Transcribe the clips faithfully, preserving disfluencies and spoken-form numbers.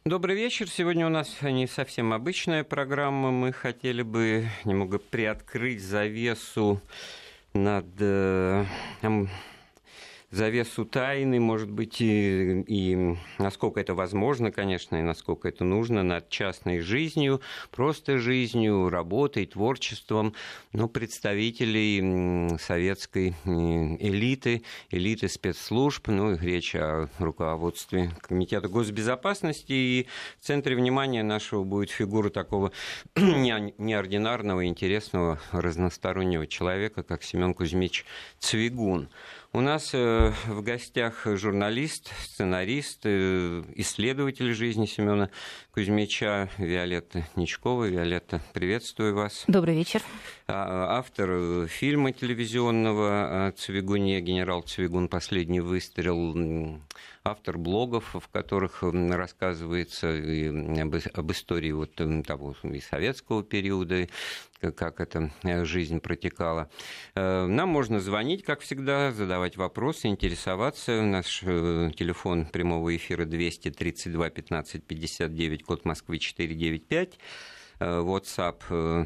Добрый вечер. Сегодня у нас не совсем обычная программа. Мы хотели бы немного приоткрыть завесу над... Э, завесу тайны, может быть, и, и насколько это возможно, конечно, и насколько это нужно, над частной жизнью, просто жизнью, работой, творчеством, но представителей советской элиты, элиты спецслужб, ну, речь о руководстве Комитета госбезопасности, и в центре внимания нашего будет фигура такого неординарного, интересного, разностороннего человека, как Семен Кузьмич Цвигун. У нас в гостях журналист, сценарист, исследователь жизни Семена Кузьмича Виолетта Ничкова. Виолетта, приветствую вас. Добрый вечер. Автор фильма телевизионного о Цвигуне «Генерал Цвигун. Последний выстрел». Автор блогов, в которых рассказывается и об, об истории вот того и советского периода, как эта жизнь протекала. Нам можно звонить, как всегда, задавать вопросы, интересоваться. Наш телефон прямого эфира двести тридцать два пятнадцать пятьдесят девять, код Москвы четыреста девяносто пять. WhatsApp...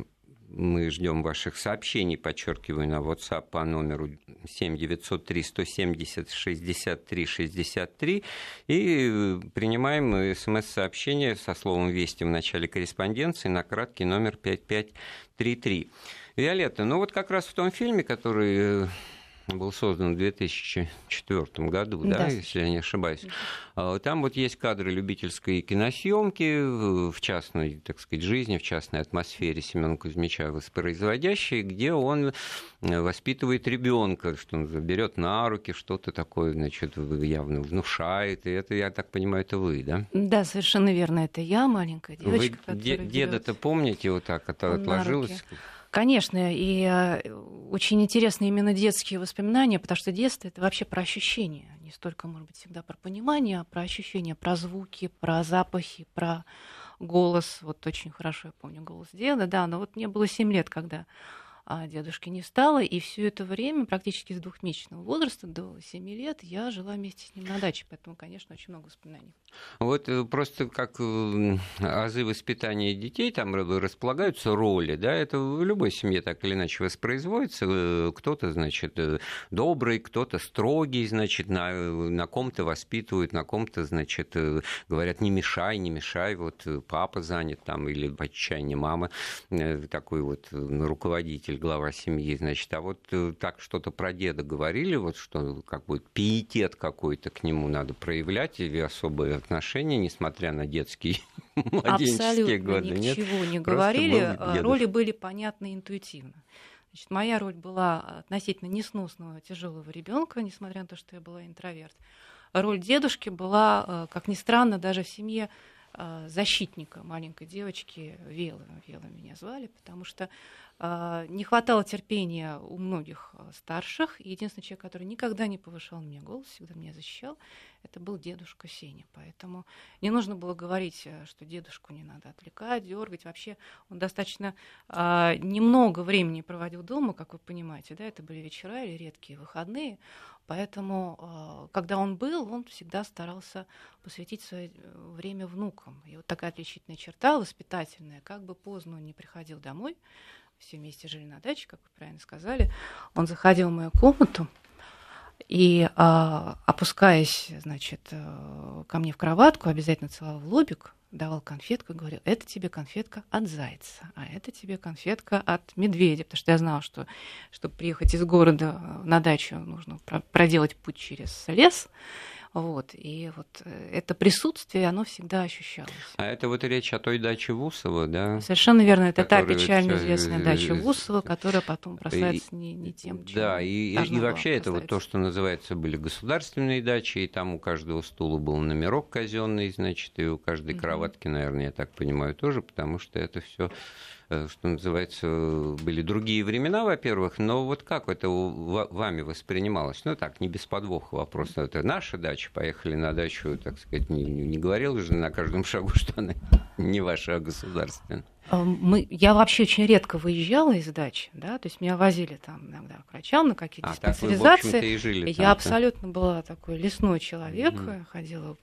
Мы ждем ваших сообщений, подчеркиваю, на WhatsApp по номеру семь девятьсот три сто семьдесят шестьдесят три шестьдесят три и принимаем смс-сообщение со словом «Вести» в начале корреспонденции на краткий номер пять пять три три. Виолетта, ну вот как раз в том фильме, который был создан в две тысячи четвёртом году, да, да, если я не ошибаюсь. Там вот есть кадры любительской киносъемки в частной, так сказать, жизни, в частной атмосфере Семена Кузьмича воспроизводящей, где он воспитывает ребенка, что он берет на руки что-то такое, значит, явно внушает. И это, я так понимаю, это вы, да? Да, совершенно верно. Это я, маленькая девочка, вы де- деда-то помните, вот так это отложилось? Конечно, и очень интересны именно детские воспоминания, потому что детство — это вообще про ощущения. Не столько, может быть, всегда про понимание, а про ощущения, про звуки, про запахи, про голос. Вот очень хорошо я помню голос деда, да, но вот мне было семь лет, когда а дедушки не стало, и все это время, практически с двухмесячного возраста до семи лет, я жила вместе с ним на даче, поэтому, конечно, очень много воспоминаний. Вот просто как азы воспитания детей, там располагаются роли, да, это в любой семье так или иначе воспроизводится, кто-то, значит, добрый, кто-то строгий, значит, на, на ком-то воспитывают, на ком-то, значит, говорят, не мешай, не мешай, вот папа занят там, или по отчаянию мама, такой вот руководитель, глава семьи, значит, а вот так что-то про деда говорили, вот что как бы пиетет какой-то к нему надо проявлять или особые отношения, несмотря на детские младенческие годы. Абсолютно ничего не говорили, роли были понятны интуитивно. Значит, моя роль была относительно несносного тяжелого ребенка, несмотря на то, что я была интроверт. Роль дедушки была, как ни странно, даже в семье защитника маленькой девочки Велы. Вела меня звали, потому что не хватало терпения у многих старших. И единственный человек, который никогда не повышал мне голос, всегда меня защищал, это был дедушка Сеня. Поэтому не нужно было говорить, что дедушку не надо отвлекать, дергать. Вообще он достаточно а, немного времени проводил дома, как вы понимаете. Да? Это были вечера или редкие выходные. Поэтому, а, когда он был, он всегда старался посвятить свое время внукам. И вот такая отличительная черта, воспитательная, как бы поздно он не приходил домой, все вместе жили на даче, как вы правильно сказали. Он заходил в мою комнату и, а, опускаясь, значит, ко мне в кроватку, обязательно целовал в лобик, давал конфетку и говорил: это тебе конфетка от зайца, а это тебе конфетка от медведя, потому что я знала, что чтобы приехать из города на дачу, нужно проделать путь через лес. Вот, и вот это присутствие, оно всегда ощущалось. А это вот речь о той даче Вусова, да? Совершенно верно. Это та печально известная дача Вусова, которая потом прославится не, не тем, чем да, и, и вообще это вот то, что называется, были государственные дачи, и там у каждого стула был номерок казенный, значит, и у каждой кроватки, наверное, я так понимаю, тоже, потому что это все, что называется, были другие времена, во-первых, но вот как это вами воспринималось? Ну так, не без подвоха вопрос. Это наша дача, поехали на дачу, так сказать, не, не говорил же на каждом шагу, что она Не ваша, а государственная. Мы, я вообще очень редко выезжала из дачи, да, то есть меня возили там иногда к врачам на какие-то а специализации. Так вы, и жили я абсолютно была такой лесной человек, mm-hmm. ходила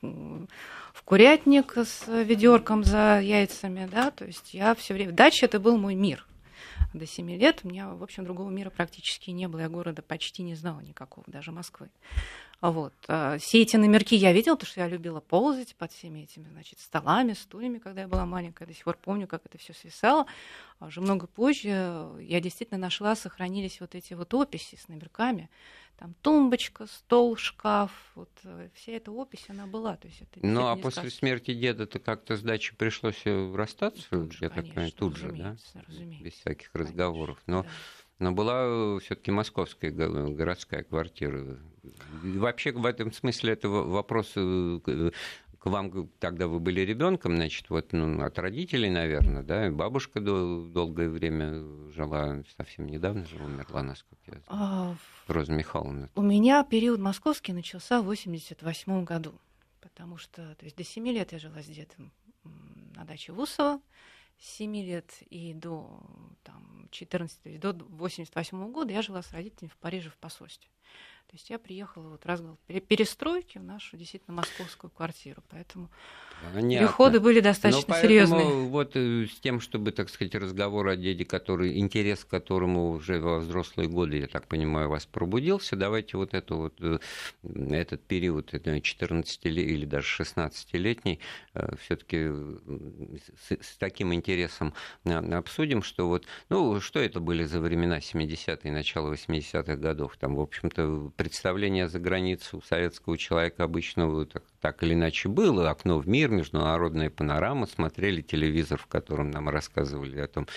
в курятник с ведерком за яйцами, да, то есть я все время... Дача — это был мой мир. До семи лет у меня, в общем, другого мира практически не было. Я города почти не знала никакого, даже Москвы. Вот. Все эти номерки я видела, потому что я любила ползать под всеми этими, значит, столами, стульями, когда я была маленькая. До сих пор помню, как это все свисало. А уже много позже я действительно нашла, сохранились вот эти вот описи с номерками. Там тумбочка, стол, шкаф, вот вся эта опись, она была. То есть это ну, а после сказки. Смерти деда-то как-то с дачей пришлось расстаться, тут же, я конечно, так понимаю, тут же, да? Разумеется. Без всяких конечно, разговоров. Но, да. но была все-таки московская городская квартира. И вообще в этом смысле это вопрос к вам, тогда вы были ребенком, значит, вот ну, от родителей, наверное, да, и бабушка дол- долгое время жила, совсем недавно же умерла, насколько я знаю. А, Роза Михайловна. У меня период московский начался в восемьдесят восьмом году, потому что, то есть до семи лет я жила с дедом на даче в Усово, с семи лет и до там, четырнадцати, то есть до восемьдесят восьмого года я жила с родителями в Париже в посольстве. То есть я приехала вот разгул перестройки в нашу действительно московскую квартиру, поэтому понятно. Переходы были достаточно Но серьезные. Вот с тем, чтобы, так сказать, разговор о деде, который, интерес к которому уже во взрослые годы, я так понимаю, у вас пробудился, давайте вот, эту вот этот период, четырнадцатилетний или даже шестнадцатилетний, все-таки с, с таким интересом обсудим, что вот, ну, что это были за времена семидесятые, начало восьмидесятых годов, там, в общем-то, представление за границу у советского человека обычно так, так или иначе было. Окно в мир, международная панорама. Смотрели телевизор, в котором нам рассказывали о том,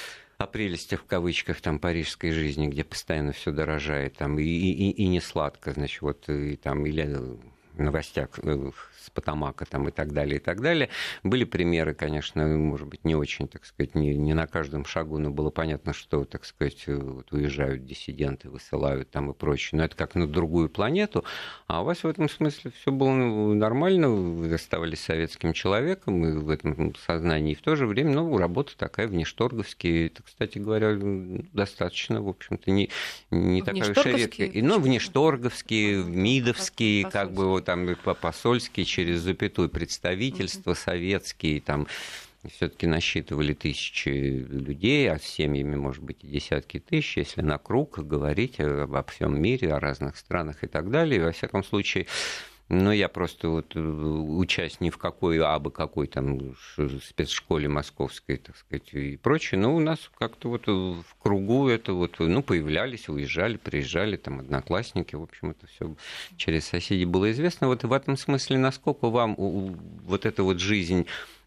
о прелестях, в кавычках, там, парижской жизни, где постоянно все дорожает, там, и, и, и не сладко, значит, вот, и, там, или в новостях с Потамака там, и так далее, и так далее. Были примеры, конечно, может быть, не очень, так сказать, не, не на каждом шагу, но было понятно, что, так сказать, вот уезжают диссиденты, высылают там и прочее. Но это как на другую планету. А у вас в этом смысле все было нормально, вы оставались советским человеком, и в этом сознании. И в то же время, ну, работа такая внешторговская. Это, кстати говоря, достаточно, в общем-то, не, не такая уж и редкая. Но внешторговские, мидовские, как бы вот там посольские, через запятую представительства mm-hmm. советские, там все-таки насчитывали тысячи людей, а с семьями, может быть, и десятки тысяч, если на круг говорить обо всем мире, о разных странах и так далее. И, во всяком случае, ну, я просто вот учась ни в какой, абы какой там спецшколе московской, так сказать, и прочее, но у нас как-то вот в кругу это вот, ну, появлялись, уезжали, приезжали, там, одноклассники, в общем, это все через соседей было известно. Вот в этом смысле, насколько вам вот эта вот жизнь,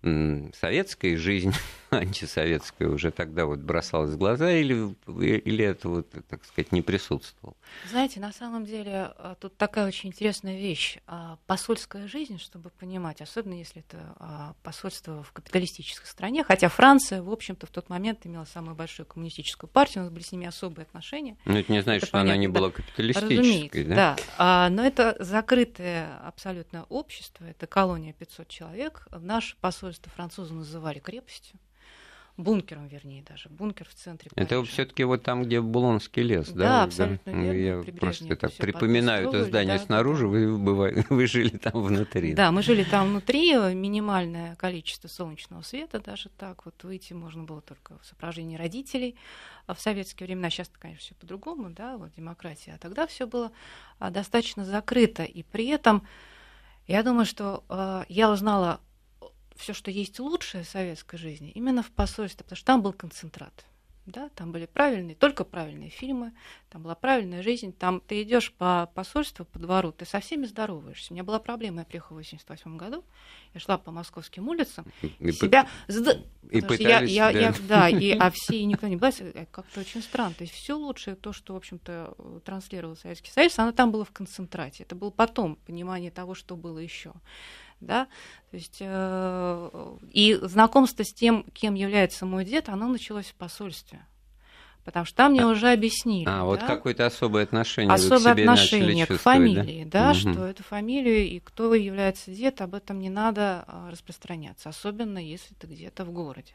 советская жизнь, антисоветская уже тогда вот бросалась в глаза, или, или это вот, так сказать, не присутствовало? Знаете, на самом деле тут такая очень интересная вещь. Посольская жизнь, чтобы понимать, особенно если это посольство в капиталистической стране, хотя Франция, в общем-то, в тот момент имела самую большую коммунистическую партию, у нас были с ними особые отношения. Но это не значит, это что понятно, она не да. была капиталистической. Разумеется, да? да. Но это закрытое абсолютно общество, это колония пятьсот человек. Наше посольство французы называли крепостью. Бункером, вернее, даже. Бункер в центре Парижа. Это все-таки вот там, где Булонский лес, да? Да, абсолютно да? верно. Я просто так припоминаю это здание да, снаружи, да. Вы, бывали, вы жили там внутри. Да, мы жили там внутри, минимальное количество солнечного света, даже так. Вот выйти можно было только в сопровождении родителей в советские времена. Сейчас, конечно, все по-другому, да, вот демократия. А тогда все было достаточно закрыто. И при этом, я думаю, что э, я узнала все, что есть лучшее в советской жизни, именно в посольстве, потому что там был концентрат. Да? Там были правильные, только правильные фильмы, там была правильная жизнь. Там ты идешь по посольству, по двору, ты со всеми здороваешься. У меня была проблема, я приехала в восемьдесят восьмом году, я шла по московским улицам, и себя... И пытались, я, я, да. Я, да, и, а все, и никто не был, как-то очень странно. То есть все лучшее, то, что, в общем-то, транслировал Советский Союз, оно там было в концентрате. Это было потом понимание того, что было еще. Да? То есть, э, и знакомство с тем, кем является мой дед, оно началось в посольстве. Потому что там мне уже объяснили. А, да? Вот какое-то особое отношение Особое вы к себе отношение начали к фамилии, да, да, что угу. это фамилия, и кто является дед, об этом не надо распространяться, особенно если ты где-то в городе.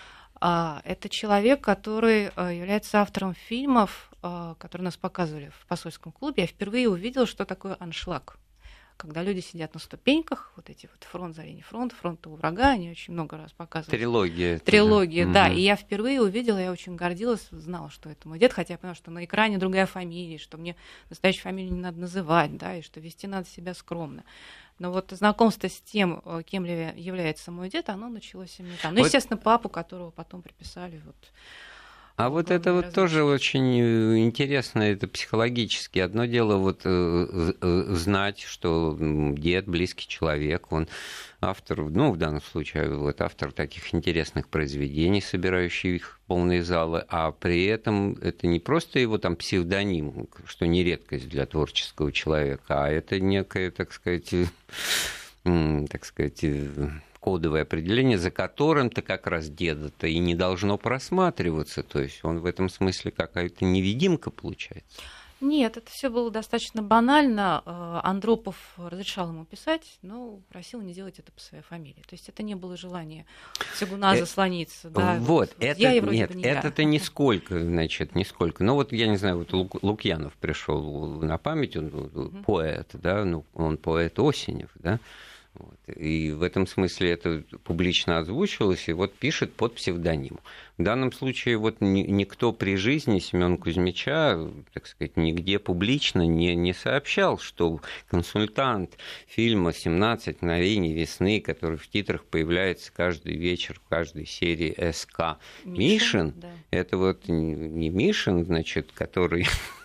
Это человек, который является автором фильмов, которые нас показывали в посольском клубе. Я впервые увидела, что такое аншлаг. Когда люди сидят на ступеньках, вот эти вот фронт, за линией фронта, фронт у врага, они очень много раз показывают. Трилогия. Трилогия, да. Угу. И я впервые увидела, я очень гордилась, знала, что это мой дед, хотя я поняла, что на экране другая фамилия, что мне настоящую фамилию не надо называть, да, и что вести надо себя скромно. Но вот знакомство с тем, кем является мой дед, оно началось именно там. Ну, вот. Естественно, папу, которого потом приписали вот. А вот это вот тоже очень интересно, это психологически. Одно дело вот знать, что дед близкий человек, он автор, ну, в данном случае, вот автор таких интересных произведений, собирающий их полные залы, а при этом это не просто его там псевдоним, что не редкость для творческого человека, а это некое, так сказать, так сказать, кодовое определение, за которым-то как раз деда-то и не должно просматриваться. То есть он в этом смысле какая-то невидимка получается. Нет, это все было достаточно банально. Андропов разрешал ему писать, но просил не делать это по своей фамилии. То есть это не было желания Цвигуна заслониться. Да, вот, вот, это, я нет, не это-то я. нисколько, значит, нисколько. Ну вот, я не знаю, вот Лук, Лукьянов пришел на память, он mm-hmm. поэт, да, ну, он поэт Осенев, да. Вот. И в этом смысле это публично озвучивалось, и вот пишет под псевдонимом. В данном случае вот никто при жизни Семёна Кузьмича, так сказать, нигде публично не, не сообщал, что консультант фильма «семнадцать мгновений весны», который в титрах появляется каждый вечер в каждой серии СК, Мишин, Мишин да. Это вот не Мишин, значит, который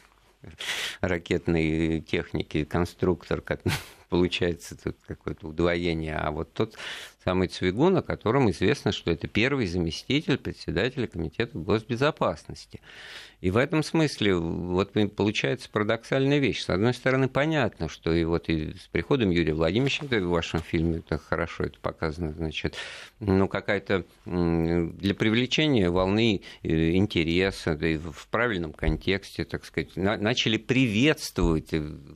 ракетной техники, конструктор, получается тут какое-то удвоение, а вот тот самый Цвигун, о котором известно, что это первый заместитель председателя комитета госбезопасности. И в этом смысле вот получается парадоксальная вещь. С одной стороны, понятно, что и вот и с приходом Юрия Владимировича, в вашем фильме это хорошо это показано, значит, ну, какая-то для привлечения волны интереса, да и в правильном контексте, так сказать, начали приветствовать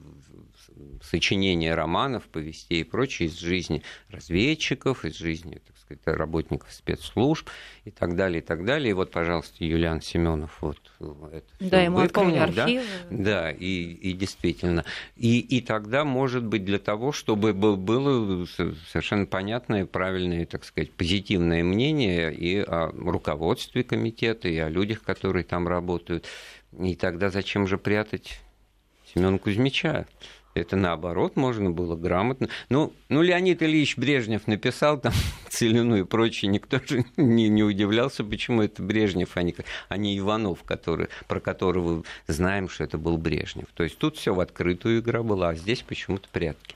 сочинения романов, повестей и прочее из жизни разведчиков, из жизни, так сказать, работников спецслужб и так далее, и так далее. И вот, пожалуйста, Юлиан Семенов вот это да, ему открыли архивы. Да, да и, и действительно. И, и тогда, может быть, для того, чтобы было совершенно понятное, правильное, так сказать, позитивное мнение и о руководстве комитета, и о людях, которые там работают. И тогда зачем же прятать Семёна Кузьмича? Это наоборот, можно было грамотно. Ну, ну Леонид Ильич Брежнев написал там Целину и прочее, никто же не, не удивлялся, почему это Брежнев, а не, а не Иванов, который, про которого знаем, что это был Брежнев. То есть тут все в открытую игра была, а здесь почему-то прятки.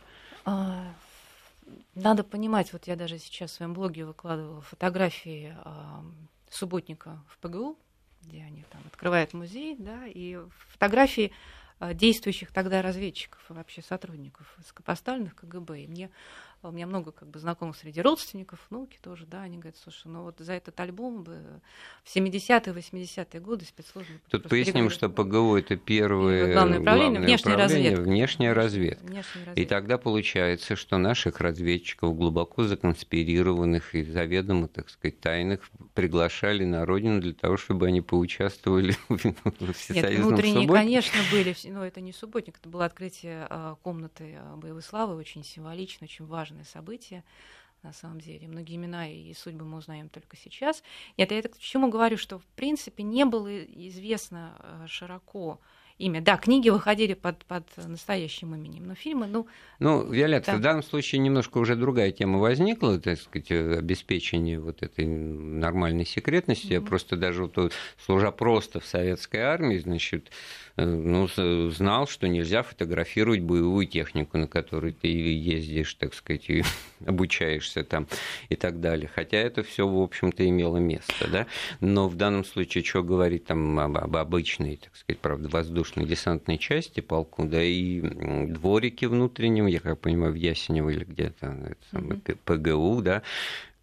Надо понимать, вот я даже сейчас в своем блоге выкладывала фотографии субботника в ПГУ, где они там открывают музей, да, и фотографии действующих тогда разведчиков и вообще сотрудников высокопоставленных КГБ. И мне, у меня много как бы знакомых среди родственников, внуки тоже, да, они говорят, слушай, ну вот за этот альбом бы в семидесятые, восьмидесятые годы спецслужбы... Тут поясним, что ПГУ это первое главное направление, главное внешняя управление, разведка. Внешняя разведка. Внешняя разведка. И тогда получается, что наших разведчиков, глубоко законспирированных и заведомо, так сказать, тайных, приглашали на родину для того, чтобы они поучаствовали в всесоюзном субботнике. Нет, внутренние, конечно, были, но это не субботник, это было открытие комнаты боевой славы, очень символично, очень важное событие. На самом деле, многие имена и судьбы мы узнаем только сейчас. Нет, я это к чему говорю, что в принципе не было известно широко имя. Да, книги выходили под, под настоящим именем, но фильмы, ну... Ну, Виолетта, да. в данном случае немножко уже другая тема возникла, так сказать, обеспечение вот этой нормальной секретности. Mm-hmm. Я просто даже, вот, служа просто в советской армии, значит, ну, знал, что нельзя фотографировать боевую технику, на которой ты ездишь, так сказать, и обучаешься там и так далее. Хотя это все, в общем-то, имело место, да. Но в данном случае, что говорить там об, об обычной, так сказать, правда, воздушной десантной части полку, да и дворике внутреннем, я как понимаю, в Ясенево или где-то, это самое, mm-hmm. ПГУ, да,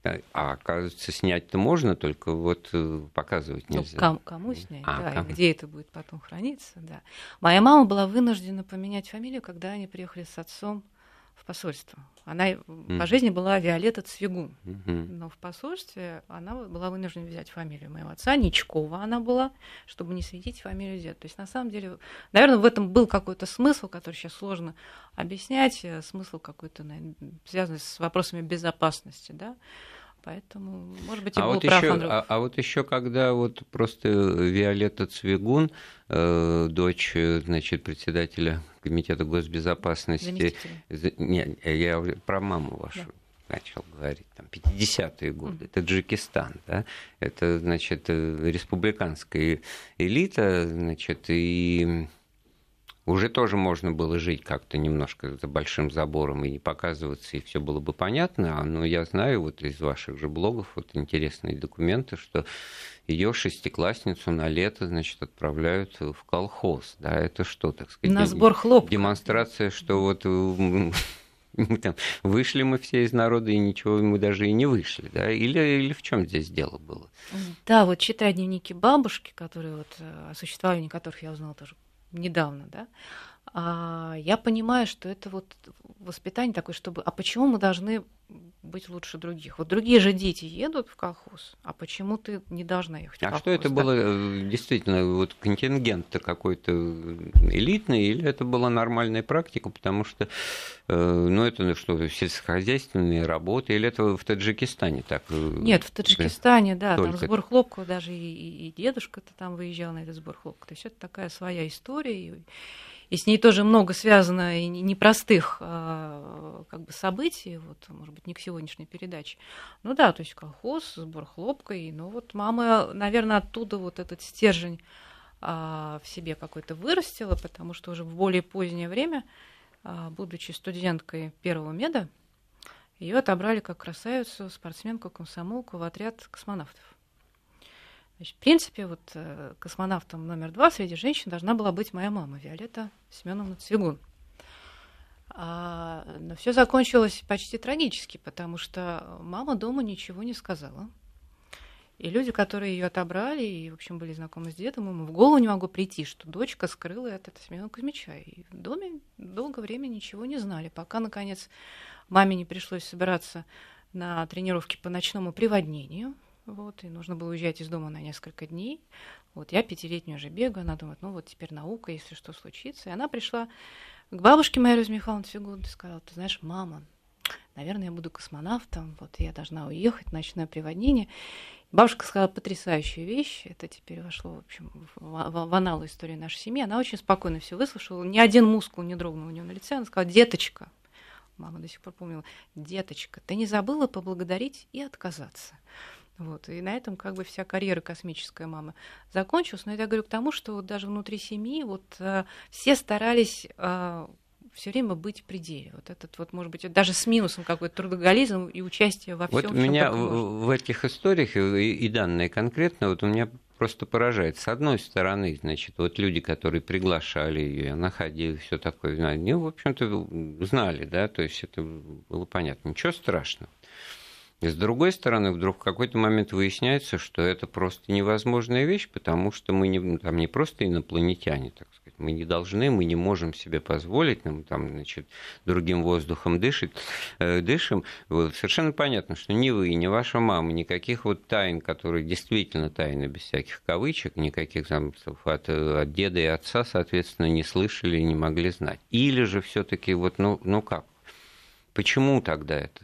А оказывается, снять-то можно, только вот показывать нельзя. Ну, кому, кому снять, а, да, кому? И где это будет потом храниться, да. Моя мама была вынуждена поменять фамилию, когда они приехали с отцом в посольство. Она mm. по жизни была Виолетта Цвигун, mm-hmm. но в посольстве она была вынуждена взять фамилию моего отца, Ничкова она была, чтобы не светить фамилию деда. То есть, на самом деле, наверное, в этом был какой-то смысл, который сейчас сложно объяснять, смысл какой-то, наверное, связанный с вопросами безопасности, да. Поэтому, может быть, и а был вот прав еще, Андропов. А, а вот еще когда вот просто Виолетта Цвигун, э, дочь, значит, председателя комитета госбезопасности, не, я про маму вашу да. начал говорить, там, пятидесятые годы, mm. Таджикистан, да, это, значит, республиканская элита, значит, и... Уже тоже можно было жить как-то немножко за большим забором и не показываться, и все было бы понятно. Но я знаю вот из ваших же блогов вот интересные документы, что ее шестиклассницу на лето, значит, отправляют в колхоз. Да, это что, так сказать? На сбор хлопка. Демонстрация, что вот там, вышли мы все из народа, и ничего мы даже и не вышли. Да? Или, или в чем здесь дело было? Да, вот читая дневники бабушки, которые вот, о существовании которых я узнала тоже недавно, да, а я понимаю, что это вот воспитание такое, чтобы, а почему мы должны быть лучше других? Вот другие же дети едут в колхоз, а почему ты не должна ехать в колхоз? А что это да? было действительно, вот контингент-то какой-то элитный, или это была нормальная практика, потому что, ну, это что, сельскохозяйственные работы, или это в Таджикистане так? Нет, в Таджикистане, да, только... там сбор хлопка, даже и, и, и дедушка-то там выезжал на этот сбор хлопка, то есть это такая своя история, и... И с ней тоже много связано и непростых как бы, событий, вот, может быть, не к сегодняшней передаче. Ну да, то есть колхоз, сбор хлопка, и, ну вот мама, наверное, оттуда вот этот стержень а, в себе какой-то вырастила, потому что уже в более позднее время, а, будучи студенткой первого меда, ее отобрали как красавицу, спортсменку, комсомолку в отряд космонавтов. Значит, в принципе, вот космонавтом номер два среди женщин должна была быть моя мама, Виолетта Семеновна Цвигун. А, но все закончилось почти трагически, потому что мама дома ничего не сказала. И люди, которые ее отобрали, и, в общем, были знакомы с дедом, ему в голову не могло прийти, что дочка скрыла от этого Семена Кузьмича. И в доме долгое время ничего не знали, пока, наконец, маме не пришлось собираться на тренировки по ночному приводнению. Вот, и нужно было уезжать из дома на несколько дней. Вот, я пятилетняя уже бегаю, она думает, ну вот теперь наука, если что случится. И она пришла к бабушке моей, Розе Михайловне Цвигун, и сказала, ты знаешь, мама, наверное, я буду космонавтом, вот я должна уехать, ночное приводнение. Бабушка сказала потрясающую вещь, это теперь вошло, в общем, в, в, в аналы истории нашей семьи. Она очень спокойно все выслушала, ни один мускул не дрогнул у нее на лице. Она сказала, деточка, мама до сих пор помнила, деточка, ты не забыла поблагодарить и отказаться. Вот, и на этом как бы вся карьера космическая мамы закончилась. Но я говорю к тому, что вот даже внутри семьи вот, э, все старались э, все время быть в пределе. Вот этот вот, может быть, даже с минусом какой-то трудоголизм и участие во всем. Вот меня в, в этих историях и, и данные конкретно, вот у меня просто поражает. С одной стороны, значит, вот люди, которые приглашали ее, она ходила, все такое, они, в общем-то, знали, да, то есть это было понятно, ничего страшного. И с другой стороны, вдруг в какой-то момент выясняется, что это просто невозможная вещь, потому что мы не, там не просто инопланетяне, так сказать, мы не должны, мы не можем себе позволить, нам там, значит, другим воздухом дышать, э, дышим. Вот, совершенно понятно, что ни вы, ни ваша мама, никаких вот тайн, которые действительно тайны, без всяких кавычек, никаких замыслов от, от деда и отца, соответственно, не слышали и не могли знать. Или же все-таки вот, ну, ну как, почему тогда это?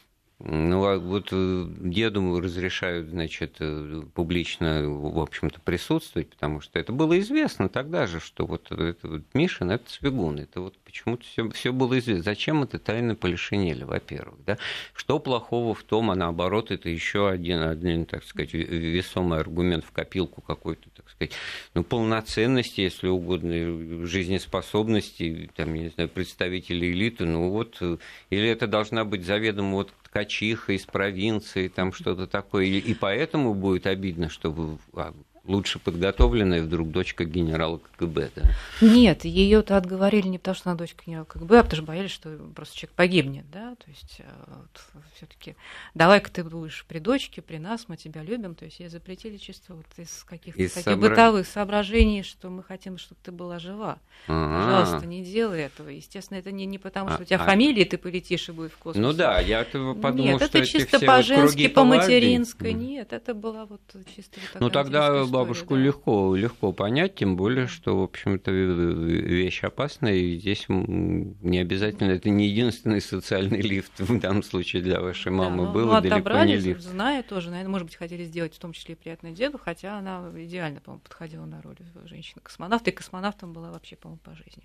Ну, а вот деду разрешают, значит, публично, в общем-то, присутствовать, потому что это было известно тогда же, что вот, это вот Мишин, это Цвигун, это вот почему-то все, все было известно. Зачем это тайно полишинели, во-первых, да? Что плохого в том, а наоборот, это еще один, один, так сказать, весомый аргумент в копилку какой-то, так сказать, ну, полноценности, если угодно, жизнеспособности, там, я не знаю, представителей элиты, ну вот, или это должна быть заведомо вот ткачиха из провинции, там что-то такое, и, и поэтому будет обидно, что вы... лучше подготовленная вдруг дочка генерала КГБ, да? Нет, ее-то отговорили не потому, что она дочка генерала КГБ, а потому что боялись, что просто человек погибнет, да, то есть вот, все-таки давай-ка ты будешь при дочке, при нас, мы тебя любим, то есть ей запретили чисто вот из каких-то из таких сообра... бытовых соображений, что мы хотим, чтобы ты была жива. А-а-а. Пожалуйста, не делай этого. Естественно, это не, не потому, что у тебя а, фамилия, ты полетишь и будет в космосе. Ну да, я подумал, нет, что это чисто по-женски, вот по-матерински. Нет, это была вот чисто вот такая. Ну тогда бабушку история, да. легко, легко понять, тем более, что, в общем-то, вещь опасная, и здесь не обязательно, это не единственный социальный лифт в данном случае для вашей мамы да, был, ну, далеко не лифт. Зная тоже, наверное, может быть, хотели сделать в том числе и приятное деду, хотя она идеально, по-моему, подходила на роль женщины-космонавта, и космонавтом была вообще, по-моему, по жизни.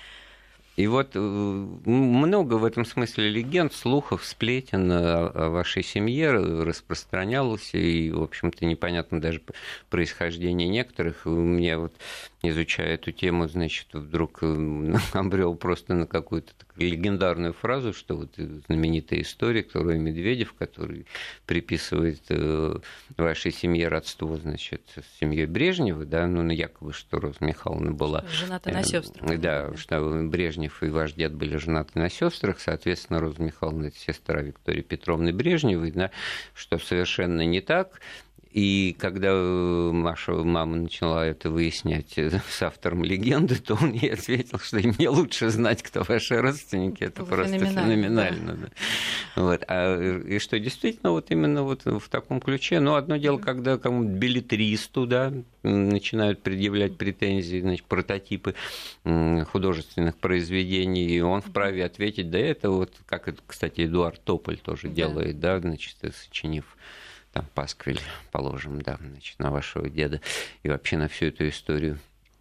И вот много в этом смысле легенд, слухов, сплетен о вашей семье распространялось, и, в общем-то, непонятно даже происхождение некоторых. Мне вот, изучая эту тему, значит, вдруг обрел просто на какую-то легендарную фразу, что вот знаменитый историк Рой Медведев, который приписывает вашей семье родство, значит, с семьей Брежнева, да, ну, якобы, что Роза Михайловна была... Жената на сестрах. Да, да, что Брежнев и ваш дед были женаты на сестрах, соответственно, Роза Михайловна – это сестра Виктории Петровны Брежневой, да, что совершенно не так. И когда Маша, мама, начала это выяснять с автором легенды, то он ей ответил, что мне лучше знать, кто ваши родственники. Это просто феноменально. феноменально да. Да. Вот. А, и что действительно вот именно вот в таком ключе. Но одно дело, когда кому-то билетристу, да, начинают предъявлять претензии, значит, прототипы художественных произведений, и он вправе ответить, да это вот, как это, кстати, Эдуард Тополь тоже да. делает, да, значит, сочинив там пасквиль, положим, да, значит, на вашего деда и вообще на всю эту историю.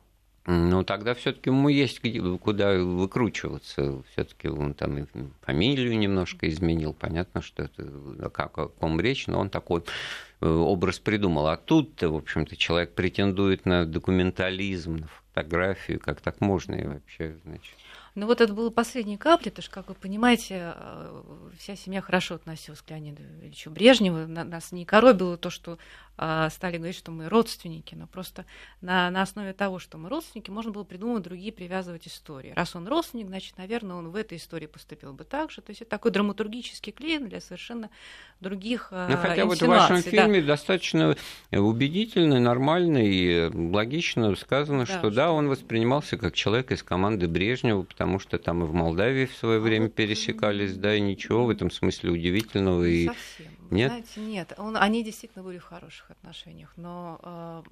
Ну, тогда все-таки ему есть куда выкручиваться. Все-таки он там и фамилию немножко изменил. Понятно, что это о каком речь, но он такой образ придумал. А тут-то, в общем-то, человек претендует на документализм, на фотографию, как так можно и вообще, значит. Ну вот это было последней каплей, потому что, как вы понимаете, вся семья хорошо относилась к Леониду Ильичу Брежневу. Нас не коробило то, что стали говорить, что мы родственники, но просто на, на основе того, что мы родственники, можно было придумать другие, привязывать истории. Раз он родственник, значит, наверное, он в этой истории поступил бы так же. То есть это такой драматургический клей для совершенно других ну, хотя инсинуаций. Вот в вашем фильме да. достаточно убедительно, нормально и логично сказано, да, что, что да, он воспринимался как человек из команды Брежнева, потому что там и в Молдавии в свое время пересекались, да, и ничего в этом смысле удивительного. Не и... совсем. Нет? Знаете, нет. Он, они действительно были в хороших отношениях, но э,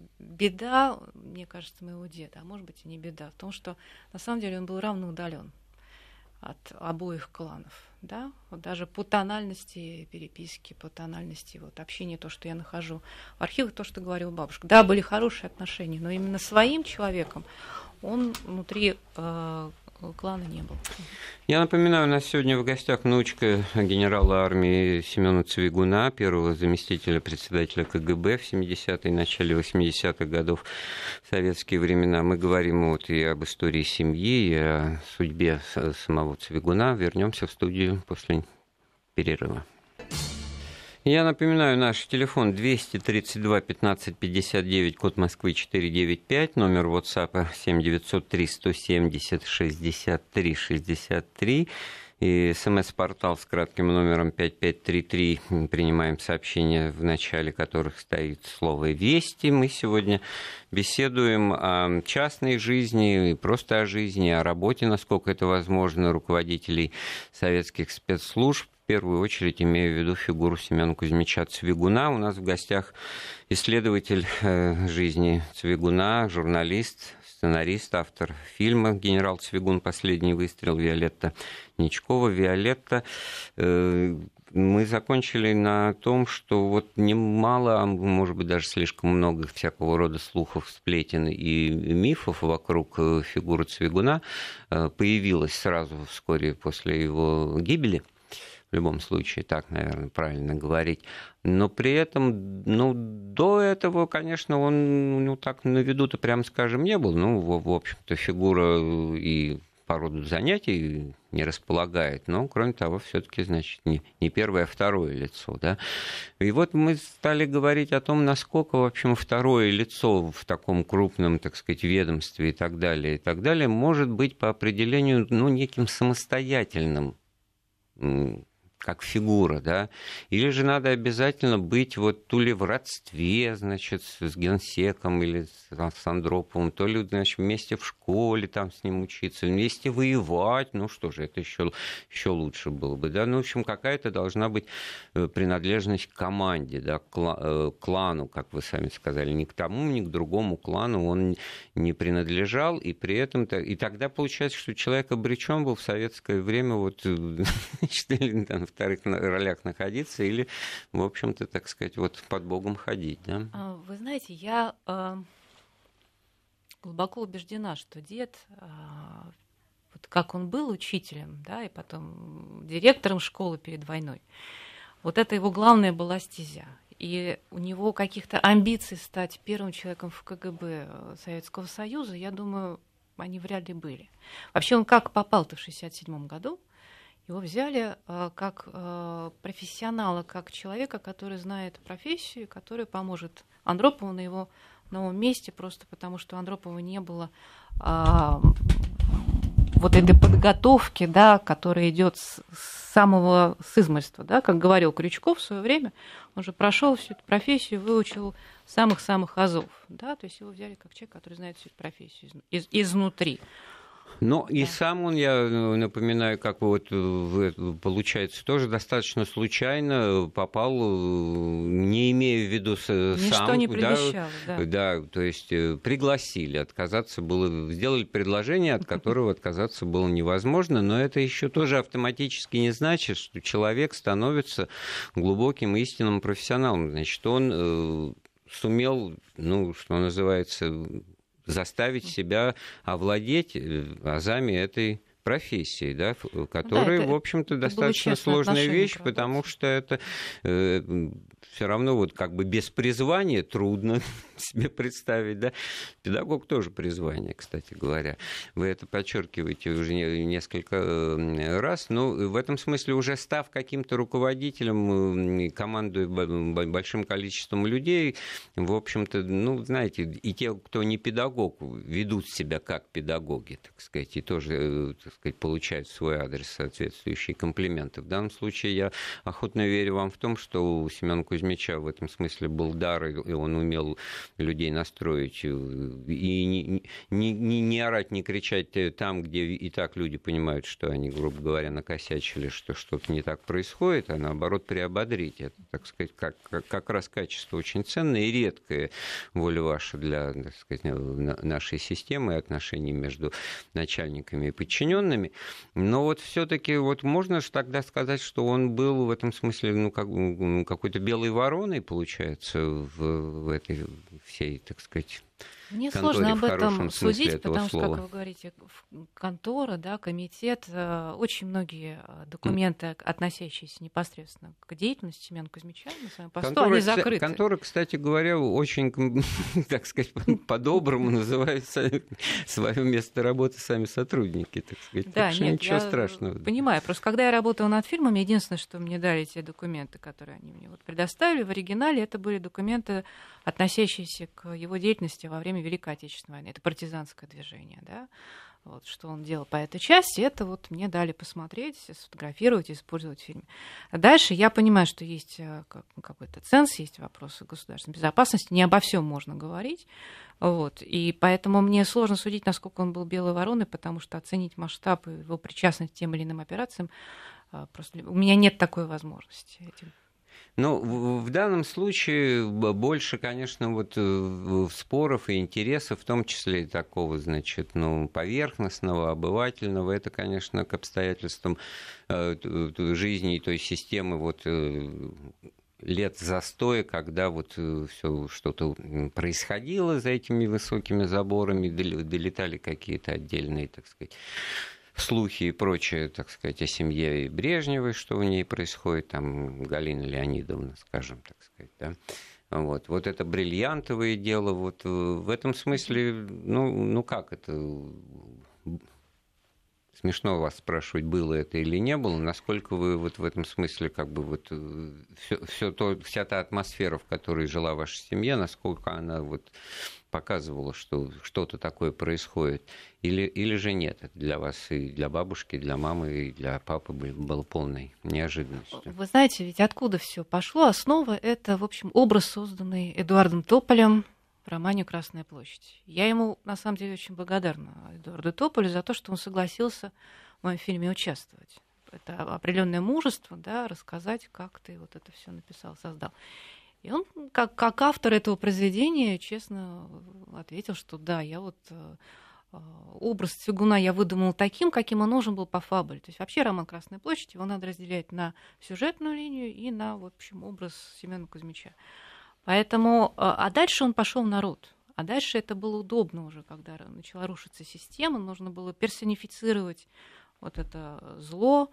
беда, мне кажется, моего деда, а может быть и не беда, в том, что на самом деле он был равно удален от обоих кланов. Да? Вот даже по тональности переписки, по тональности вот, общения, то, что я нахожу в архивах, то, что говорила бабушка. Да, были хорошие отношения, но именно своим человеком он внутри э, клана не был. Я напоминаю, у нас сегодня в гостях внучка генерала армии Семёна Цвигуна, первого заместителя председателя КГБ в семидесятые, начале восьмидесятых годов в советские времена. Мы говорим вот и об истории семьи, и о судьбе самого Цвигуна. Вернемся в студию после перерыва. Я напоминаю, наш телефон двести тридцать два пятнадцать пятьдесят девять, код Москвы четыреста девяносто пять, номер WhatsApp семь девятьсот три сто семьдесят шестьдесят три шестьдесят три и смс-портал с кратким номером пять пять три три. Принимаем сообщения, в начале которых стоит слово «Вести». Мы сегодня беседуем о частной жизни, просто о жизни, о работе, насколько это возможно, руководителей советских спецслужб. В первую очередь имею в виду фигуру Семёна Кузьмича Цвигуна. У нас в гостях исследователь жизни Цвигуна, журналист, сценарист, автор фильма «Генерал Цвигун. Последний выстрел» Виолетта Ничкова. Виолетта, мы закончили на том, что вот немало, а может быть даже слишком много всякого рода слухов, сплетен и мифов вокруг фигуры Цвигуна появилось сразу вскоре после его гибели. В любом случае, так, наверное, правильно говорить. Но при этом, ну, до этого, конечно, он, ну, так на виду-то, прямо скажем, не был. Ну, в, в общем-то, фигура и по роду занятий не располагает, но, кроме того, все-таки, значит, не, не первое, а второе лицо, да. И вот мы стали говорить о том, насколько, в общем, второе лицо в таком крупном, так сказать, ведомстве и так далее, и так далее, может быть по определению, ну, неким самостоятельным, как фигура, да, или же надо обязательно быть вот то ли в родстве, значит, с генсеком или с Андроповым, то ли, значит, вместе в школе там с ним учиться, вместе воевать, ну что же, это еще, еще лучше было бы, да, ну, в общем, какая-то должна быть принадлежность к команде, да, к клану, как вы сами сказали, ни к тому, ни к другому клану он не принадлежал, и при этом, и тогда получается, что человек обречен был в советское время вот, значит, там, вторых ролях находиться или, в общем-то, так сказать, вот под Богом ходить. Да? Вы знаете, я э, глубоко убеждена, что дед, э, вот как он был учителем, да, и потом директором школы перед войной, вот это его главная была стезя. И у него каких-то амбиций стать первым человеком в ка гэ бэ Советского Союза, я думаю, они вряд ли были. Вообще он как попал-то в шестьдесят седьмом году? Его взяли э, как э, профессионала, как человека, который знает профессию, который поможет Андропову на его новом месте, просто потому что у Андропова не было э, вот этой подготовки, да, которая идет с, с самого с измольства, да, как говорил Крючков в свое время, он же прошел всю эту профессию, выучил самых-самых азов, да, то есть его взяли как человек, который знает всю эту профессию из, из, изнутри. Но да. И сам он, я напоминаю, как вот получается, тоже достаточно случайно попал, не имея в виду сам. Ничто не предвещало, да, да. Да, то есть пригласили, отказаться было, сделали предложение, от которого отказаться было невозможно, но это еще тоже автоматически не значит, что человек становится глубоким истинным профессионалом. Значит, он сумел, ну, что называется, заставить себя овладеть азами этой профессии, да, которая, да, это, в общем-то, достаточно сложная вещь, потому что это э, все равно вот как бы без призвания трудно себе представить, да. Педагог тоже призвание, кстати говоря. Вы это подчеркиваете уже несколько раз, но в этом смысле уже став каким-то руководителем, командуя большим количеством людей, в общем-то, ну, знаете, и те, кто не педагог, ведут себя как педагоги, так сказать, и тоже, так сказать, получают в свой адрес соответствующие комплименты. В данном случае я охотно верю вам в том, что у Семёна Кузьмича в этом смысле был дар, и он умел людей настроить, и не, не, не, не орать, не кричать там, где и так люди понимают, что они, грубо говоря, накосячили, что что-то не так происходит, а наоборот приободрить. Это, так сказать, как, как, как раз качество очень ценное и редкое, воля ваша, для, так сказать, нашей системы и отношений между начальниками и подчиненными. Но вот все-таки вот можно же тогда сказать, что он был в этом смысле, ну, как, какой-то белой вороной, получается, в, в этой всей, так сказать, мне сложно об этом судить, потому что, как вы говорите, контора, да, комитет, очень многие документы, относящиеся непосредственно к деятельности Семёна Кузьмича на своем посту, контора, они закрыты. Контора, кстати говоря, очень, так сказать, по-доброму называют свое место работы сами сотрудники, так сказать. Да, так что нет, ничего я страшного. Понимаю, просто когда я работала над фильмами, единственное, что мне дали те документы, которые они мне вот предоставили в оригинале, это были документы, относящиеся к его деятельности во время Великой Отечественной войны. Это партизанское движение, да. Вот, что он делал по этой части, это вот мне дали посмотреть, сфотографировать, использовать в фильме. А дальше я понимаю, что есть какой-то ценз, есть вопросы государственной безопасности, не обо всем можно говорить. Вот, и поэтому мне сложно судить, насколько он был белой вороной, потому что оценить масштаб и его причастность к тем или иным операциям, просто у меня нет такой возможности этим. Ну, в, в данном случае больше, конечно, вот споров и интересов, в том числе и такого, значит, ну, поверхностного, обывательного, это, конечно, к обстоятельствам э, жизни и той системы вот э, лет застоя, когда вот все что-то происходило за этими высокими заборами, долетали какие-то отдельные, так сказать, слухи и прочее, так сказать, о семье Брежневой, что у ней происходит, там, Галина Леонидовна, скажем, так сказать, да. Вот, вот это бриллиантовое дело, вот в этом смысле, ну, ну как это... смешно вас спрашивать, было это или не было, насколько вы вот в этом смысле как бы вот все, все то, вся та атмосфера, в которой жила ваша семья, насколько она вот показывала, что что-то такое происходит, или, или же нет, это для вас и для бабушки, и для мамы, и для папы было полной неожиданностью? Вы знаете, ведь откуда все пошло? Основа — это, в общем, образ, созданный Эдуардом Тополем в романе «Красная площадь». Я ему, на самом деле, очень благодарна, Эдуарду Тополю, за то, что он согласился в моем фильме участвовать. Это определенное мужество, да, рассказать, как ты вот это все написал, создал. И он, как, как автор этого произведения, честно ответил, что да, я вот э, образ Цвигуна я выдумал таким, каким он нужен был по фабуле. То есть вообще роман «Красная площадь» его надо разделять на сюжетную линию и на, в общем, образ Семена Кузьмича. Поэтому, а дальше он пошел в народ. А дальше это было удобно уже, когда начала рушиться система, нужно было персонифицировать вот это зло,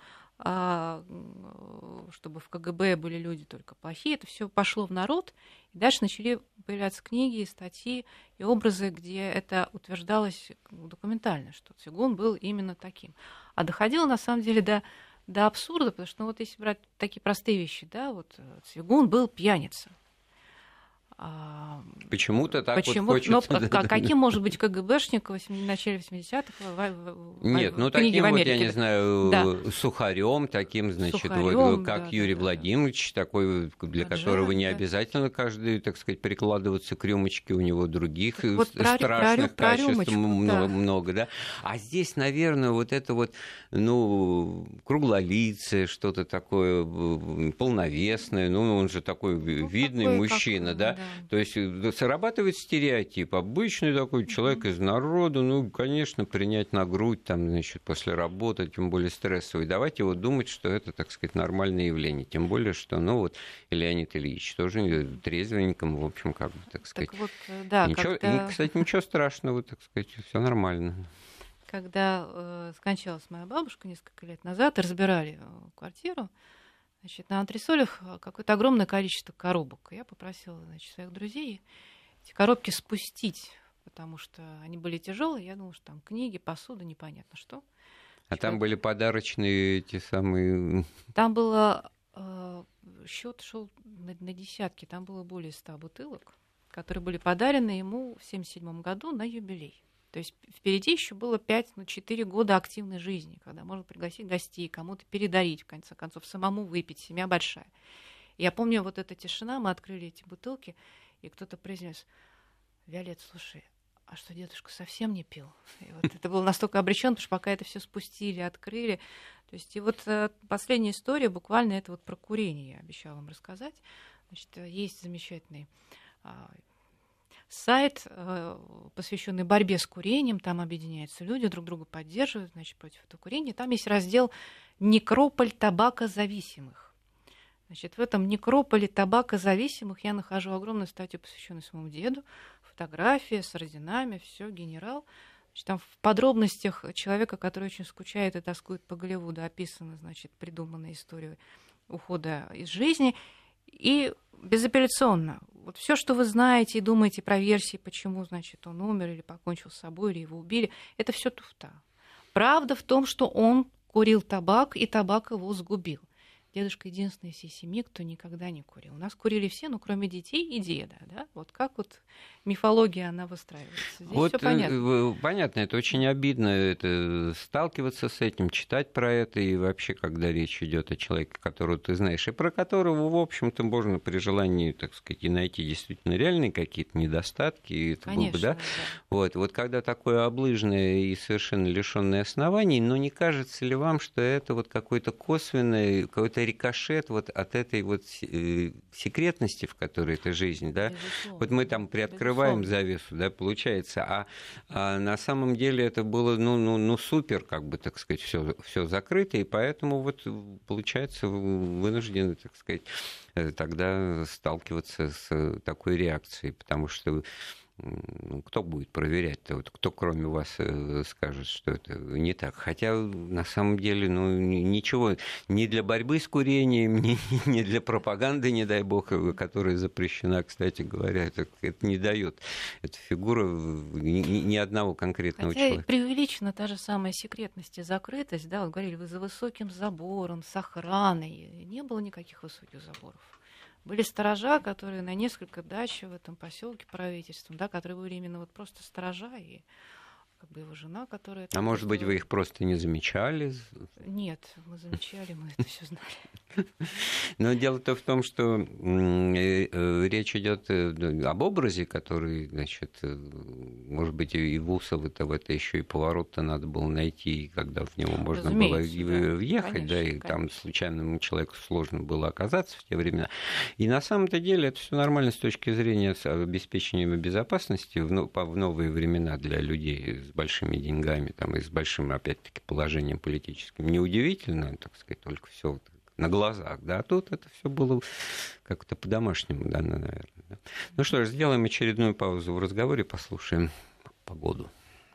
чтобы в ка гэ бэ были люди только плохие. Это все пошло в народ, и дальше начали появляться книги, статьи и образы, где это утверждалось документально, что Цвигун был именно таким. А доходило, на самом деле, до, до абсурда, потому что, ну, вот если брать такие простые вещи, да, вот Цвигун был пьяница. Почему-то так Почему? вот хочется. Но да, каким может быть ка гэ бэшник в начале восьмидесятых? Нет, ну таким вот, я не знаю, да. сухарем таким, значит, сухарём, вот, как да, Юрий да, Владимирович, да. такой, для Аджар, которого не да. обязательно каждый, так сказать, прикладываться к рюмочке, у него других вот страшных про, качеств про много, да. много, да. А здесь, наверное, вот это вот, ну, круглолицее, что-то такое полновесное, ну, он же такой ну, видный такой, мужчина, да. да. То есть срабатывает стереотип. Обычный такой человек из народа, ну, конечно, принять на грудь там, значит, после работы, тем более стрессовый. Давайте вот думать, что это, так сказать, нормальное явление. Тем более, что, ну, вот Леонид Ильич тоже трезвенником, в общем, как бы, так сказать. Так вот, да, ничего, когда... Кстати, ничего страшного, так сказать, все нормально. Когда э, скончалась моя бабушка несколько лет назад, разбирали квартиру, значит, на антресолях какое-то огромное количество коробок. Я попросила, значит, своих друзей эти коробки спустить, потому что они были тяжелые. Я думала, что там книги, посуда, непонятно что. А Человек... там были подарочные эти самые... Там было... Э, счет шел на, на десятки. Там было более ста бутылок, которые были подарены ему в семьдесят седьмом году на юбилей. То есть впереди еще было пять, ну, четыре года активной жизни, когда можно пригласить гостей, кому-то передарить, в конце концов, самому выпить, семья большая. Я помню вот эта тишина, мы открыли эти бутылки, и кто-то произнес: «Виолетта, слушай, а что, дедушка совсем не пил?» И вот это было настолько обречённо, потому что пока это все спустили, открыли. То есть и вот последняя история буквально это вот про курение, я обещала вам рассказать. Значит, есть замечательный сайт, посвященный борьбе с курением, там объединяются люди, друг друга поддерживают, значит, против этого курения. Там есть раздел «Некрополь табакозависимых». Значит, в этом некрополе табакозависимых я нахожу огромную статью, посвященную своему деду, фотография с орденами, все, генерал. Значит, там в подробностях человека, который очень скучает и тоскует по Голливуду, описана, значит, придуманная история ухода из жизни. И безапелляционно. Вот все, что вы знаете и думаете про версии, почему, значит, он умер или покончил с собой, или его убили, это все туфта. Правда в том, что он курил табак, и табак его сгубил. Дедушка единственный из всей семьи, кто никогда не курил. У нас курили все, ну, кроме детей и деда. Да? Вот как вот мифология, она выстраивается. Здесь вот всё понятно. Понятно, это очень обидно, это, сталкиваться с этим, читать про это, и вообще, когда речь идет о человеке, которого ты знаешь, и про которого, в общем-то, можно при желании, так сказать, и найти действительно реальные какие-то недостатки. И это Конечно, было бы, да? да. Вот, вот когда такое облыжное и совершенно лишённое оснований, но не кажется ли вам, что это вот какой-то косвенный, какой-то рикошет вот от этой вот секретности, в которой эта жизнь, да? Безусловно. Вот мы там приоткрываем Безусловно. завесу, да, получается, а, а на самом деле это было, ну, ну, ну супер, как бы, так сказать, все, все закрыто, и поэтому вот получается вынуждены, так сказать, тогда сталкиваться с такой реакцией, потому что кто будет проверять-то? Вот кто, кроме вас, скажет, что это не так? Хотя, на самом деле, ну, ничего, ни для борьбы с курением, ни, ни для пропаганды, не дай бог, которая запрещена, кстати говоря, это, это не дает. Эта фигура ни, ни одного конкретного Хотя человека. Преувеличена та же самая секретность и закрытость. Да, вот говорили, вы за высоким забором, с охраной. Не было никаких высоких заборов. Были сторожа, которые на несколько дач в этом поселке правительством, да, которые были именно вот просто сторожа, и как бы его жена, которая... А может быть, вы их просто не замечали? Нет, мы замечали, мы это все знали. Но дело-то в том, что речь идет об образе, который, значит, может быть, и в Усово-то в это еще и поворот-то надо было найти, когда в него можно было въехать, да, и там случайному человеку сложно было оказаться в те времена. И на самом-то деле это все нормально с точки зрения обеспечения безопасности в новые времена для людей с большими деньгами там, и с большим, опять-таки, положением политическим. Неудивительно, так сказать, только все на глазах, да, а тут это все было как-то по-домашнему, да, наверное. Да. Ну что ж, сделаем очередную паузу в разговоре, послушаем погоду.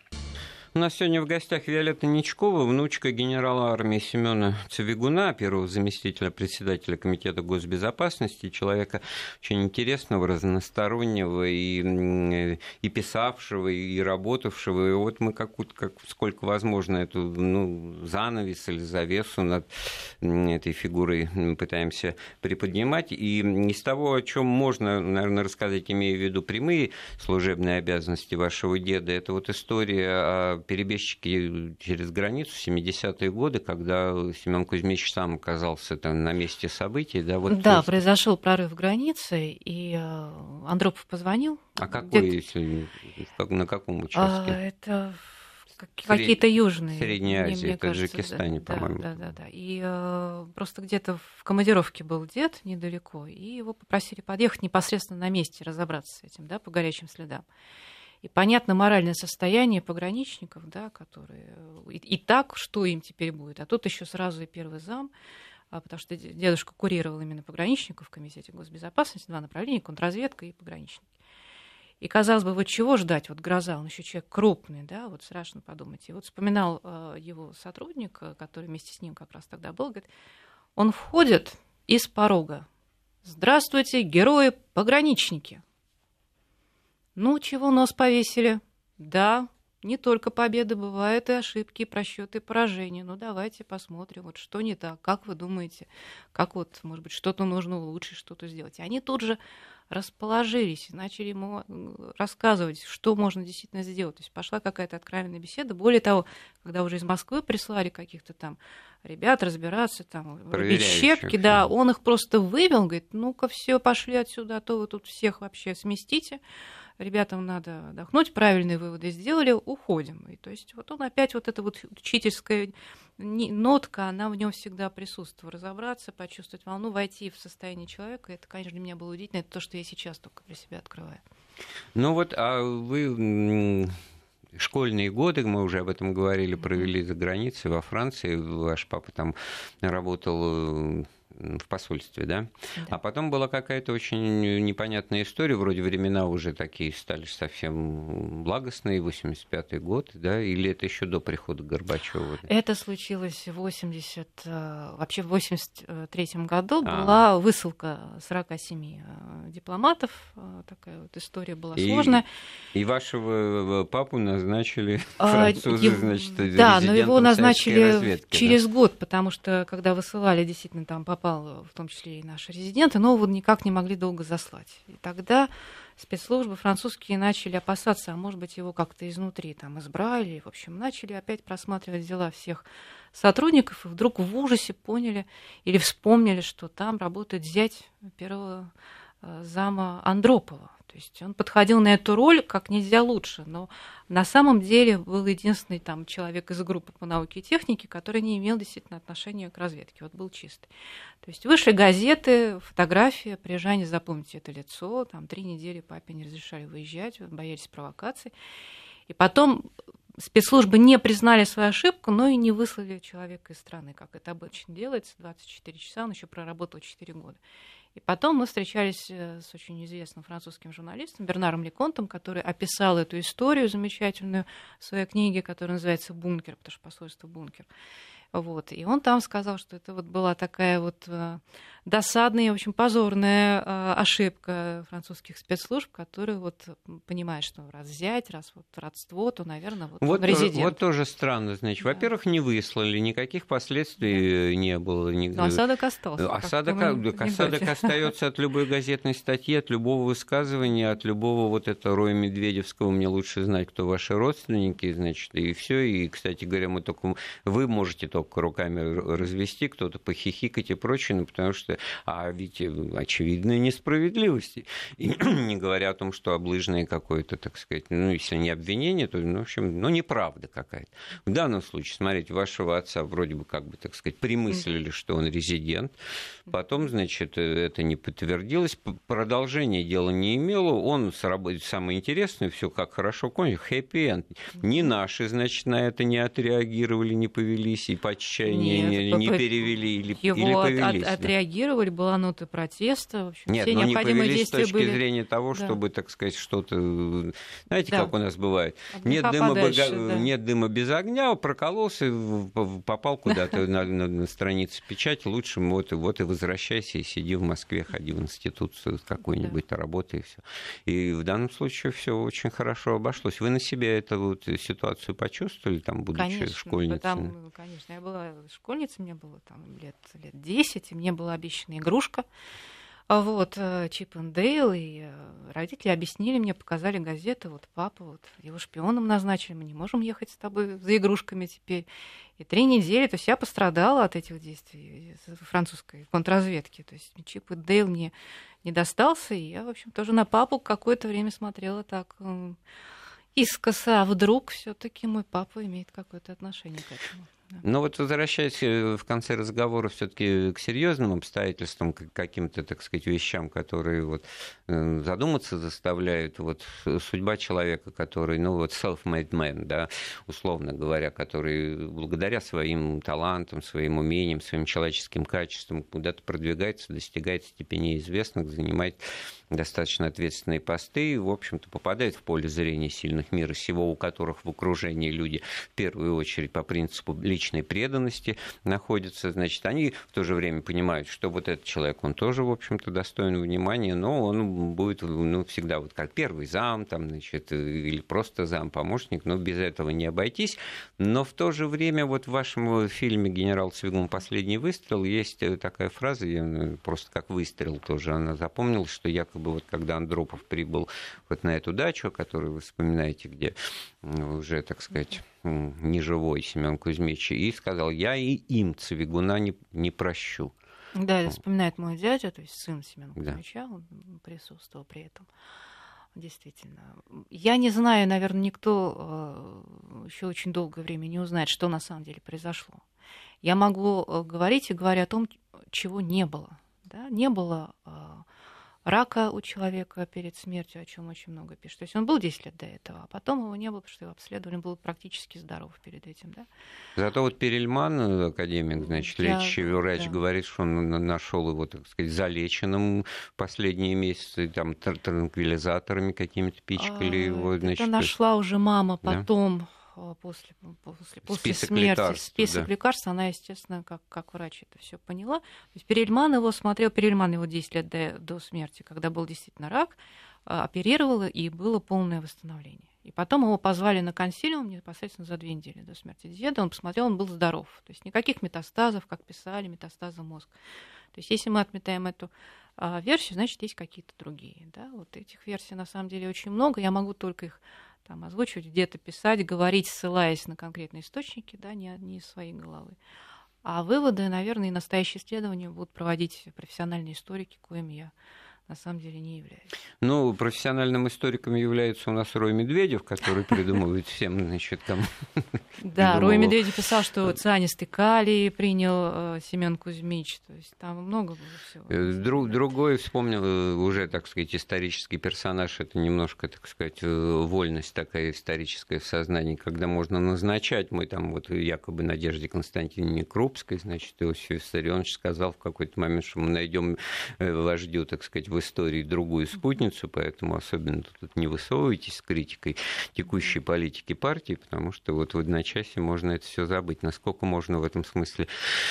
У нас сегодня в гостях Виолетта Ничкова, внучка генерала армии Семёна Цвигуна, первого заместителя председателя Комитета госбезопасности, человека очень интересного, разностороннего, и, и писавшего, и работавшего. И вот мы какую-то, как, сколько возможно, эту ну, занавес или завесу над этой фигурой пытаемся приподнимать. И из того, о чем можно, наверное, рассказать, имея в виду прямые служебные обязанности вашего деда, это вот история о перебежчики через границу в семидесятые годы, когда Семен Кузьмич сам оказался там на месте событий. Да, вот да есть... произошел прорыв границы, и Андропов позвонил. А какой, если, на каком участке? А, это какие-то южные. Средняя Азия, это в Таджикистане, да, по-моему. Да, да, да. И э, просто где-то в командировке был дед недалеко, и его попросили подъехать непосредственно на месте, разобраться с этим, да, по горячим следам. И понятно моральное состояние пограничников, да, которые и, и так, что им теперь будет. А тут еще сразу и первый зам, а, потому что дедушка курировал именно пограничников в Комитете госбезопасности, два направления, контрразведка и пограничники. И, казалось бы, вот чего ждать? Вот гроза, он еще человек крупный, да, вот страшно подумать. И вот вспоминал э, его сотрудник, который вместе с ним как раз тогда был, говорит, он входит из порога. Здравствуйте, герои-пограничники. Ну, чего нос повесили? Да, не только победы, бывают и ошибки, и просчеты, и поражения. Ну, давайте посмотрим, вот что не так, как вы думаете, как вот, может быть, что-то нужно улучшить, что-то сделать. И они тут же расположились, начали ему рассказывать, что можно действительно сделать. То есть пошла какая-то откровенная беседа. Более того, когда уже из Москвы прислали каких-то там ребят разбираться, там, рубить щепки, да, он их просто вывел, говорит, ну-ка, все, пошли отсюда, а то вы тут всех вообще сместите. Ребятам надо отдохнуть, правильные выводы сделали, уходим. И то есть вот он опять, вот эта вот учительская нотка, она в нем всегда присутствует. Разобраться, почувствовать волну, войти в состояние человека, это, конечно, для меня было удивительно, это то, что я сейчас только для себя открываю. Ну вот, а вы школьные годы, мы уже об этом говорили, провели за границей, во Франции, ваш папа там работал в посольстве, да? Да. А потом была какая-то очень непонятная история, вроде времена уже такие стали совсем благостные, восемьдесят пятый год, да? Или это еще до прихода Горбачева? Это случилось в восемьдесят, вообще в восемьдесят третьем году а. была высылка сорок семь дипломатов, такая вот история была и, сложная. И вашего папу назначили французы, а, значит, да, но его назначили разведки, через да? год, потому что когда высылали, действительно там попал в том числе и наши резиденты, но его никак не могли долго заслать. И тогда спецслужбы французские начали опасаться, а может быть, его как-то изнутри там избрали. В общем, начали опять просматривать дела всех сотрудников, и вдруг в ужасе поняли или вспомнили, что там работает зять первого зама Андропова. То есть он подходил на эту роль как нельзя лучше, но на самом деле был единственный там человек из группы по науке и технике, который не имел действительно отношения к разведке, вот был чистый. То есть вышли газеты, фотографии, приезжане, запомните это лицо, там три недели папе не разрешали выезжать, боялись провокаций. И потом спецслужбы не признали свою ошибку, но и не выслали человека из страны, как это обычно делается, двадцать четыре часа, он еще проработал четыре года. И потом мы встречались с очень известным французским журналистом Бернаром Леконтом, который описал эту историю замечательную в своей книге, которая называется «Бункер», потому что посольство «Бункер». Вот. И он там сказал, что это вот была такая вот э, досадная, в общем, позорная э, ошибка французских спецслужб, которые вот понимают, что раз взять, раз вот родство, то, наверное, вот, вот он резидент. Вот тоже странно, значит. Да. Во-первых, не выслали, никаких последствий да. не было. Но осадок остался. Осадок, осадок остается от любой газетной статьи, от любого высказывания, от любого вот этого Роя Медведевского. Мне лучше знать, кто ваши родственники, значит, и все. И, кстати говоря, мы только вы можете только руками развести, кто-то похихикать и прочее, ну, потому что, а ведь очевидная несправедливость. И не говоря о том, что облыжное какое-то, так сказать, ну, если не обвинение, то, ну, в общем, ну, неправда какая-то. В данном случае, смотрите, вашего отца вроде бы, как бы, так сказать, примыслили, что он резидент, потом, значит, это не подтвердилось, продолжения дела не имело, он сработал, самое интересное, все как хорошо кончил, хэппи-энд. Ни наши, значит, на это не отреагировали, не повелись, и по отчаянию не, не перевели или, его или повелись. От, от, отреагировали, была нота протеста. В общем, Нет, все но не повелись с точки были... зрения того, да. чтобы, так сказать, что-то... Знаете, да. как у нас бывает? Нет дыма, подальше, бога... да. Нет дыма без огня, прокололся, попал куда-то на, на, на страницу печати, лучше вот, вот и возвращайся, и сиди в Москве, ходи в институт какой-нибудь, да. работай, и все. И в данном случае все очень хорошо обошлось. Вы на себе эту вот ситуацию почувствовали, там, будучи конечно, школьницей? Потому, конечно, я была школьницей, мне было там лет, лет десять, и мне была обещана игрушка. Вот, Чип и Дейл, и родители объяснили мне, показали газеты, вот папа, вот его шпионом назначили, мы не можем ехать с тобой за игрушками теперь. И три недели, то есть я пострадала от этих действий французской контрразведки, то есть Чип и Дейл мне не достался, и я, в общем, тоже на папу какое-то время смотрела так искоса, а вдруг все-таки мой папа имеет какое-то отношение к этому. Но вот возвращаясь в конце разговора все-таки к серьезным обстоятельствам, к каким-то, так сказать, вещам, которые вот задуматься заставляют, вот судьба человека, который, ну вот self-made man, да, условно говоря, который благодаря своим талантам, своим умениям, своим человеческим качествам куда-то продвигается, достигает степеней известных, занимает достаточно ответственные посты и, в общем-то, попадает в поле зрения сильных мира сего, у которых в окружении люди в первую очередь по принципу личной преданности находятся, значит, они в то же время понимают, что вот этот человек, он тоже, в общем-то, достоин внимания, но он будет, ну, всегда вот как первый зам, там, значит, или просто зам, помощник, но без этого не обойтись. Но в то же время вот в вашем фильме «Генерал Цвигун. Последний выстрел» есть такая фраза, я просто как выстрел тоже она запомнилась, что якобы вот когда Андропов прибыл вот на эту дачу, которую вы вспоминаете, где уже, так сказать, неживой Семен Кузьмич, и сказал: я и им Цвигуна не, не прощу. Да, это вспоминает мой дядя, то есть сын Семена Кузьмича, да. Он присутствовал при этом. Действительно. Я не знаю, наверное, никто еще очень долгое время не узнает, что на самом деле произошло. Я могу говорить и говорить о том, чего не было. Да? Не было рака у человека перед смертью, о чем очень много пишут. То есть он был десять лет до этого, а потом его не было, потому что его обследовали, он был практически здоров перед этим. Да? Зато вот Перельман, академик, значит, Я... лечащий врач, да. говорит, что он нашел его, так сказать, залеченным в последние месяцы, там, транквилизаторами какими-то пичкали а, его. Значит, это нашла уже мама потом. Да? После, после, после список смерти, лекарств, список да. лекарств, она, естественно, как, как врач это все поняла. То есть Перельман его смотрел, Перельман его десять лет до, до смерти, когда был действительно рак, оперировала, и было полное восстановление. И потом его позвали на консилиум непосредственно за две недели до смерти деда, он посмотрел, он был здоров. То есть никаких метастазов, как писали, метастазы мозга. То есть если мы отметаем эту а, версию, значит, есть какие-то другие. Да? Вот этих версий на самом деле очень много, я могу только их там озвучивать, где-то писать, говорить, ссылаясь на конкретные источники, да, не, не из своей головы. А выводы, наверное, и настоящие исследования будут проводить профессиональные историки, коим я на самом деле не является. Ну, профессиональным историком является у нас Рой Медведев, который придумывает всем, значит, там... Да, Рой Медведев писал, что цианистый калий принял Семен Кузьмич, то есть там много было всего. Другой, вспомнил уже, так сказать, исторический персонаж, это немножко, так сказать, вольность такая историческая в сознании, когда можно назначать, мы там вот якобы Надежде Константиновне Крупской, значит, Иосиф Виссарионович сказал в какой-то момент, что мы найдем вождю, так сказать, в истории другую спутницу, поэтому особенно тут не высовывайтесь с критикой текущей политики партии, потому что вот в одночасье можно это все забыть. Насколько можно в этом смысле,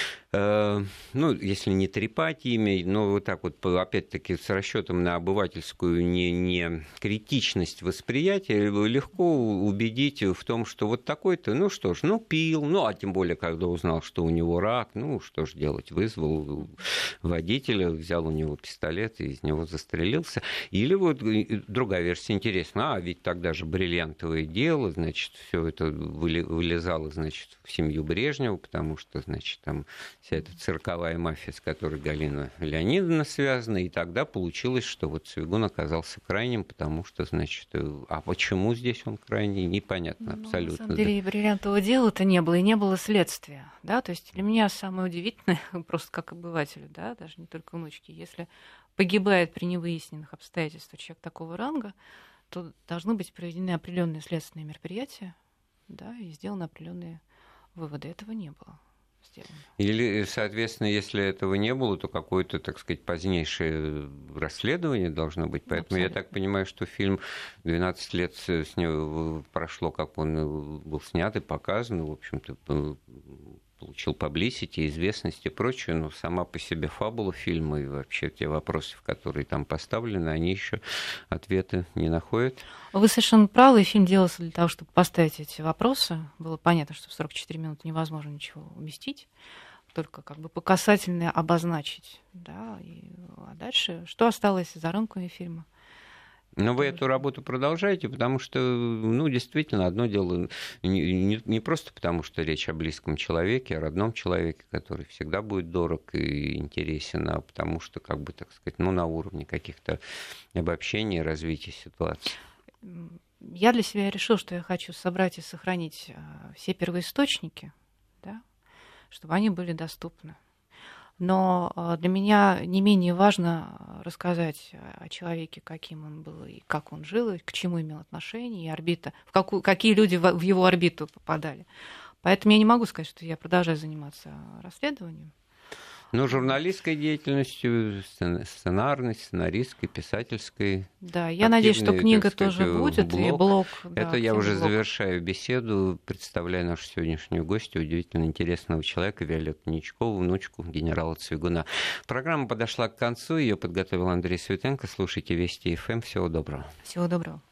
э, ну, если не трепать ими, но вот так вот, опять-таки, с расчетом на обывательскую не, не критичность восприятия, легко убедить в том, что вот такой-то, ну что ж, ну пил, ну а тем более, когда узнал, что у него рак, ну что ж делать, вызвал водителя, взял у него пистолет и из него застрелился. Или вот другая версия интересна, а ведь тогда же бриллиантовое дело, значит, все это вылезало, значит, в семью Брежнева, потому что, значит, там вся эта цирковая мафия, с которой Галина Леонидовна связана, и тогда получилось, что вот Цвигун оказался крайним, потому что, значит, а почему здесь он крайний, непонятно ну, абсолютно. На самом деле, да. Бриллиантового дела-то не было, и не было следствия, да, то есть для меня самое удивительное, просто как обывателю, да, даже не только внучки, если погибает при невыясненных обстоятельствах человек такого ранга, то должны быть проведены определенные следственные мероприятия, да, и сделаны определенные выводы. Этого не было сделано. Или, соответственно, если этого не было, то какое-то, так сказать, позднейшее расследование должно быть. Поэтому абсолютно. Я так понимаю, что фильм двенадцать лет с него прошло, как он был снят и показан, в общем-то, получил паблисити, известность и прочее, но сама по себе фабула фильма и вообще те вопросы, в которые там поставлены, они еще ответы не находят. Вы совершенно правы, фильм делался для того, чтобы поставить эти вопросы. Было понятно, что в сорок четыре минуты невозможно ничего уместить, только как бы по касательной обозначить. Да, и, а дальше что осталось за рамками фильма? Но вы эту работу продолжаете, потому что, ну, действительно, одно дело не, не, не просто потому, что речь о близком человеке, о родном человеке, который всегда будет дорог и интересен, а потому что, как бы, так сказать, ну, на уровне каких-то обобщений и развития ситуации. Я для себя решила, что я хочу собрать и сохранить все первоисточники, да, чтобы они были доступны. Но для меня не менее важно рассказать о человеке, каким он был, и как он жил, и к чему имел отношение, и орбита, в какую, какие люди в его орбиту попадали. Поэтому я не могу сказать, что я продолжаю заниматься расследованием. Но журналистской деятельностью, сценарной, сценаристской, писательской. Да, я надеюсь, что книга сказать, тоже будет, блог. И блог. Это да, я уже блог. Завершаю беседу, представляю нашу сегодняшнюю гостью, удивительно интересного человека, Виолетту Ничкову, внучку генерала Цвигуна. Программа подошла к концу, ее подготовил Андрей Светенко. Слушайте Вести эф эм. Всего доброго. Всего доброго.